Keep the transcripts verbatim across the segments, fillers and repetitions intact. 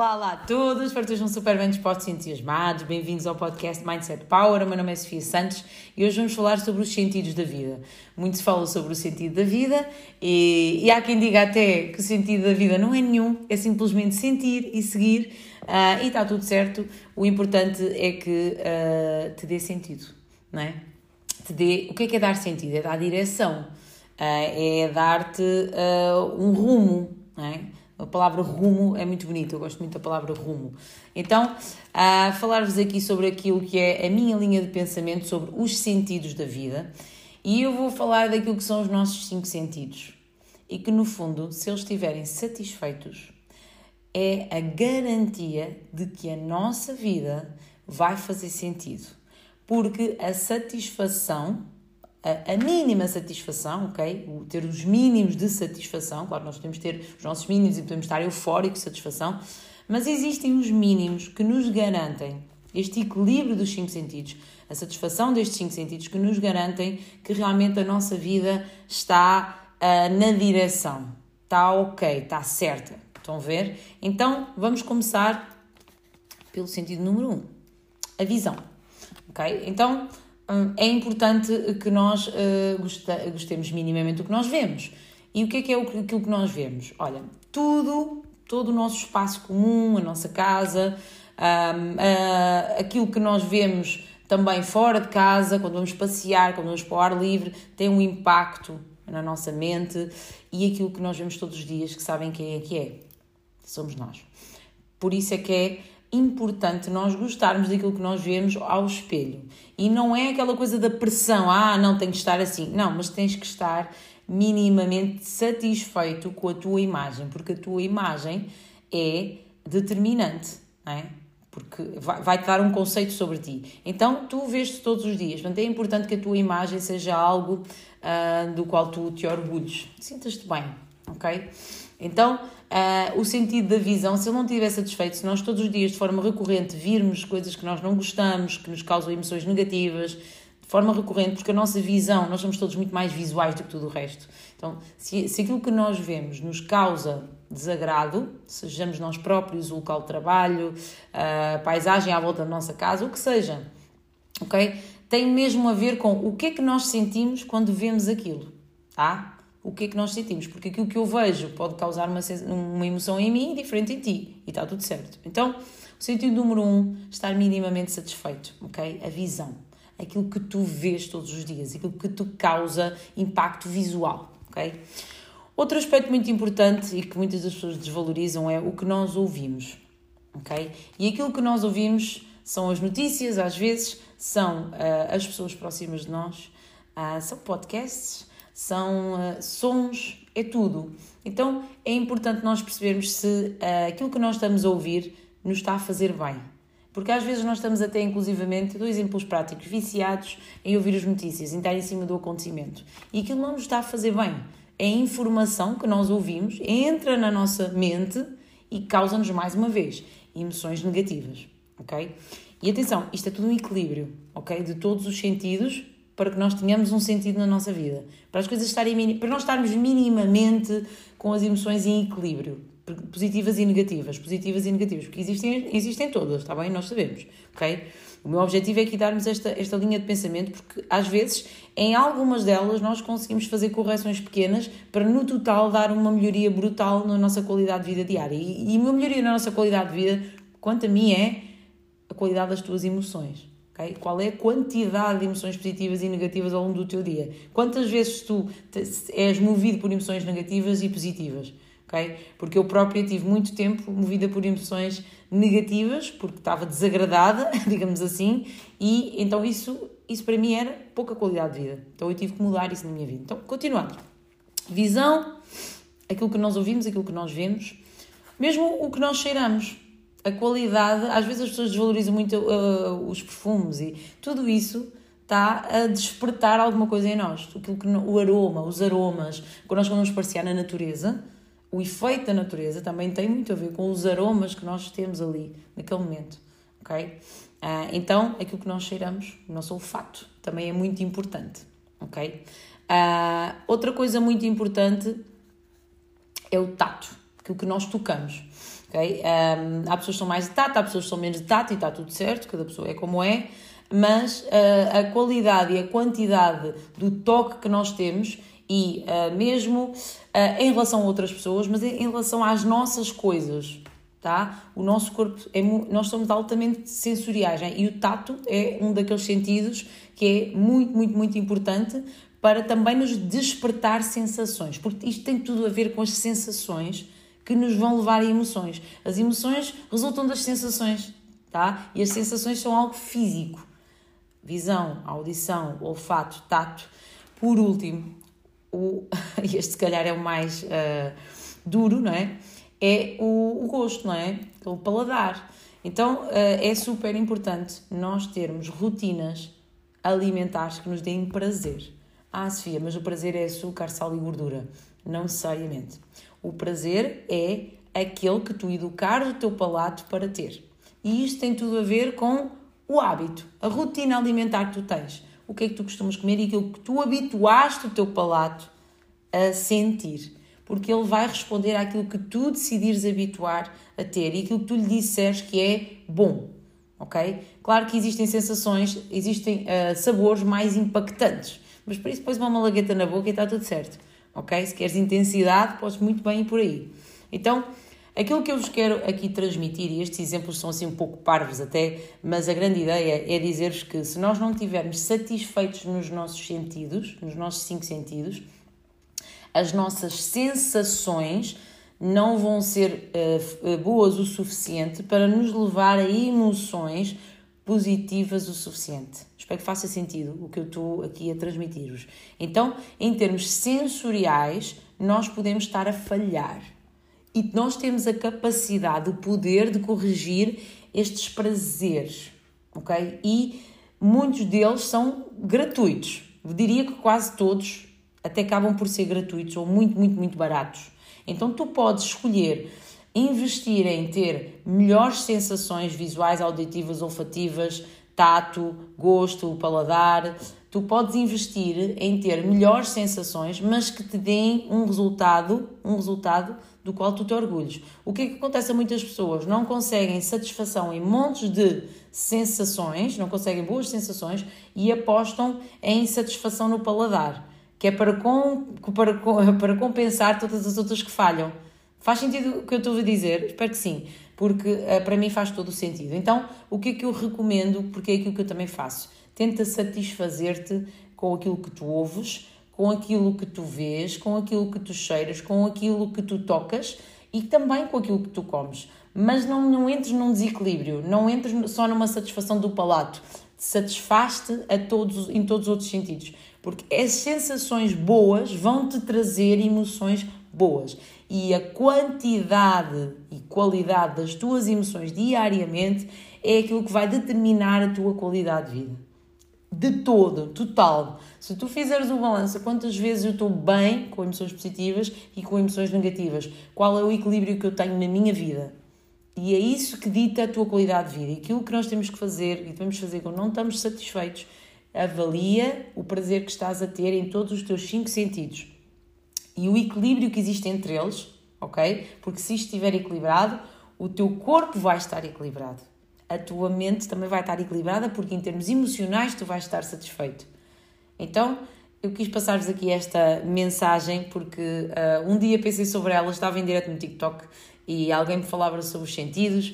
Olá, olá a todos, espero que estejam super bem dispostos e entusiasmados. Bem-vindos ao podcast Mindset Power. O meu nome é Sofia Santos e hoje vamos falar sobre os sentidos da vida. Muito se fala sobre o sentido da vida e, e há quem diga até que o sentido da vida não é nenhum, é simplesmente sentir e seguir uh, e está tudo certo. O importante é que uh, te dê sentido, não é? Te dê, o que é que é dar sentido? É dar direção, uh, é dar-te uh, um rumo, não é? A palavra rumo é muito bonita, eu gosto muito da palavra rumo. Então, a falar-vos aqui sobre aquilo que é a minha linha de pensamento sobre os sentidos da vida, e eu vou falar daquilo que são os nossos cinco sentidos. E que, no fundo, se eles estiverem satisfeitos, é a garantia de que a nossa vida vai fazer sentido. Porque a satisfação, a, a mínima satisfação, ok? O ter os mínimos de satisfação, claro, nós podemos ter os nossos mínimos e podemos estar eufóricos de satisfação, mas existem os mínimos que nos garantem este equilíbrio dos cinco sentidos, a satisfação destes cinco sentidos que nos garantem que realmente a nossa vida está uh, na direção, está ok, está certa. Estão a ver? Então, vamos começar pelo sentido número um, a visão. Ok? Então, é importante que nós uh, gostemos minimamente do que nós vemos. E o que é que é aquilo que nós vemos? Olha, tudo, todo o nosso espaço comum, a nossa casa, um, uh, aquilo que nós vemos também fora de casa, quando vamos passear, quando vamos para o ar livre, tem um impacto na nossa mente, e aquilo que nós vemos todos os dias, que sabem quem é que é? Somos nós. Por isso é que é importante nós gostarmos daquilo que nós vemos ao espelho. E não é aquela coisa da pressão, ah, não, tem que estar assim. Não, mas tens que estar minimamente satisfeito com a tua imagem, porque a tua imagem é determinante, não é? Porque vai-te dar um conceito sobre ti. Então, tu vês-te todos os dias. Portanto, é importante que a tua imagem seja algo uh, do qual tu te orgulhes. Sintas-te bem, ok? Então, uh, o sentido da visão, se ele não estiver satisfeito, se nós todos os dias, de forma recorrente, virmos coisas que nós não gostamos, que nos causam emoções negativas, de forma recorrente, porque a nossa visão, nós somos todos muito mais visuais do que tudo o resto. Então, se, se aquilo que nós vemos nos causa desagrado, sejamos nós próprios, o local de trabalho, a paisagem à volta da nossa casa, o que seja, ok? Tem mesmo a ver com o que é que nós sentimos quando vemos aquilo, tá? O que é que nós sentimos, porque aquilo que eu vejo pode causar uma, uma emoção em mim diferente em ti, e está tudo certo. Então, o sentido número um, estar minimamente satisfeito, ok? A visão, aquilo que tu vês todos os dias, aquilo que te causa impacto visual, ok? Outro aspecto muito importante e que muitas das pessoas desvalorizam é o que nós ouvimos, ok? E aquilo que nós ouvimos são as notícias, às vezes, são uh, as pessoas próximas de nós, uh, são podcasts, são uh, sons, é tudo. Então é importante nós percebermos se uh, aquilo que nós estamos a ouvir nos está a fazer bem. Porque às vezes nós estamos até, inclusivamente, dois exemplos práticos, viciados em ouvir as notícias, em estar em cima do acontecimento. E aquilo não nos está a fazer bem. É a informação que nós ouvimos, entra na nossa mente e causa-nos, mais uma vez, emoções negativas, ok? E atenção, isto é tudo um equilíbrio, ok? De todos os sentidos, para que nós tenhamos um sentido na nossa vida, para as coisas estarem, para nós estarmos minimamente com as emoções em equilíbrio, positivas e negativas, positivas e negativas, porque existem, existem todas, está bem? Nós sabemos, ok? O meu objetivo é aqui darmos esta, esta linha de pensamento, porque às vezes, em algumas delas, nós conseguimos fazer correções pequenas para, no total, dar uma melhoria brutal na nossa qualidade de vida diária. E, e uma melhoria na nossa qualidade de vida, quanto a mim, é a qualidade das tuas emoções. Okay? Qual é a quantidade de emoções positivas e negativas ao longo do teu dia? Quantas vezes tu te, és movido por emoções negativas e positivas? Okay? Porque eu própria tive muito tempo movida por emoções negativas, porque estava desagradada, digamos assim, e então isso, isso para mim era pouca qualidade de vida. Então eu tive que mudar isso na minha vida. Então, continuando. Visão, aquilo que nós ouvimos, aquilo que nós vemos, mesmo o que nós cheiramos. A qualidade, às vezes as pessoas desvalorizam muito uh, os perfumes e tudo isso está a despertar alguma coisa em nós. Aquilo que, o aroma, os aromas, quando nós vamos passear na natureza, o efeito da natureza também tem muito a ver com os aromas que nós temos ali, naquele momento, ok? Uh, então, aquilo que nós cheiramos, o nosso olfato, também é muito importante, ok? Uh, outra coisa muito importante é o tato, aquilo que nós tocamos. Okay? Um, há pessoas que são mais de tato, há pessoas que são menos de tato e está tudo certo, cada pessoa é como é, mas uh, a qualidade e a quantidade do toque que nós temos e uh, mesmo uh, em relação a outras pessoas, mas em relação às nossas coisas, tá? O nosso corpo, é, nós somos altamente sensoriais, né? E o tato é um daqueles sentidos que é muito, muito, muito importante para também nos despertar sensações, porque isto tem tudo a ver com as sensações que nos vão levar a emoções. As emoções resultam das sensações, tá? E as sensações são algo físico. Visão, audição, olfato, tato. Por último, o, este se calhar é o mais uh, duro, não é? É o, o gosto, não é? O paladar. Então, uh, é super importante nós termos rotinas alimentares que nos deem prazer. Ah, Sofia, mas o prazer é açúcar, sal e gordura. Não necessariamente. O prazer é aquele que tu educares o teu palato para ter. E isto tem tudo a ver com o hábito, a rotina alimentar que tu tens. O que é que tu costumas comer e aquilo que tu habituaste o teu palato a sentir. Porque ele vai responder àquilo que tu decidires habituar a ter e aquilo que tu lhe disseres que é bom. Ok? Claro que existem sensações, existem uh, sabores mais impactantes. Mas por isso pões uma malagueta na boca e está tudo certo. Ok? Se queres intensidade, podes muito bem ir por aí. Então, aquilo que eu vos quero aqui transmitir, e estes exemplos são assim um pouco parvos até, mas a grande ideia é dizer-vos que se nós não estivermos satisfeitos nos nossos sentidos, nos nossos cinco sentidos, as nossas sensações não vão ser uh, boas o suficiente para nos levar a emoções positivas o suficiente. Espero que faça sentido o que eu estou aqui a transmitir-vos. Então, em termos sensoriais, nós podemos estar a falhar. E nós temos a capacidade, o poder de corrigir estes prazeres, ok? E muitos deles são gratuitos. Eu diria que quase todos até acabam por ser gratuitos ou muito, muito, muito baratos. Então tu podes escolher investir em ter melhores sensações visuais, auditivas, olfativas, tato, gosto, paladar. Tu podes investir em ter melhores sensações, mas que te deem um resultado, um resultado do qual tu te orgulhes. O que é que acontece a muitas pessoas? Não conseguem satisfação em montes de sensações, não conseguem boas sensações e apostam em satisfação no paladar, que é para, com, para, para compensar todas as outras que falham. Faz sentido o que eu estou a dizer? Espero que sim, porque uh, para mim faz todo o sentido. Então, o que é que eu recomendo, porque é aquilo que eu também faço? Tenta satisfazer-te com aquilo que tu ouves, com aquilo que tu vês, com aquilo que tu cheiras, com aquilo que tu tocas e também com aquilo que tu comes. Mas não, não entres num desequilíbrio, não entres só numa satisfação do palato. Satisfaz-te a todos, em todos os outros sentidos. Porque as sensações boas vão-te trazer emoções boas. E a quantidade e qualidade das tuas emoções diariamente é aquilo que vai determinar a tua qualidade de vida. De todo, total. Se tu fizeres o balanço, quantas vezes eu estou bem com emoções positivas e com emoções negativas? Qual é o equilíbrio que eu tenho na minha vida? E é isso que dita a tua qualidade de vida. E aquilo que nós temos que fazer, e devemos fazer quando não estamos satisfeitos, avalia o prazer que estás a ter em todos os teus cinco sentidos. E o equilíbrio que existe entre eles, ok? Porque se isto estiver equilibrado, o teu corpo vai estar equilibrado. A tua mente também vai estar equilibrada, porque em termos emocionais tu vais estar satisfeito. Então, eu quis passar-vos aqui esta mensagem, porque uh, um dia pensei sobre ela, estava em direto no TikTok e alguém me falava sobre os sentidos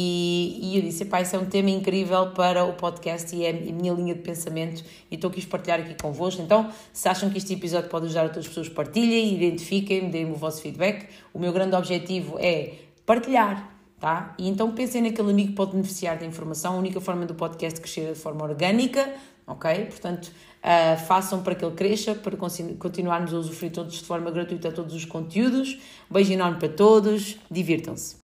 e, e eu disse, pá, isso é um tema incrível para o podcast e é a minha linha de pensamento e estou aqui a partilhar aqui convosco. Então, se acham que este episódio pode ajudar outras pessoas, partilhem, identifiquem-me, deem-me o vosso feedback. O meu grande objetivo é partilhar. Tá? E então pensem naquele amigo que pode beneficiar da informação. A única forma do podcast crescer é de forma orgânica, ok? Portanto, uh, façam para que ele cresça, para continuarmos a usufruir todos de forma gratuita todos os conteúdos. Um beijo enorme para todos, divirtam-se.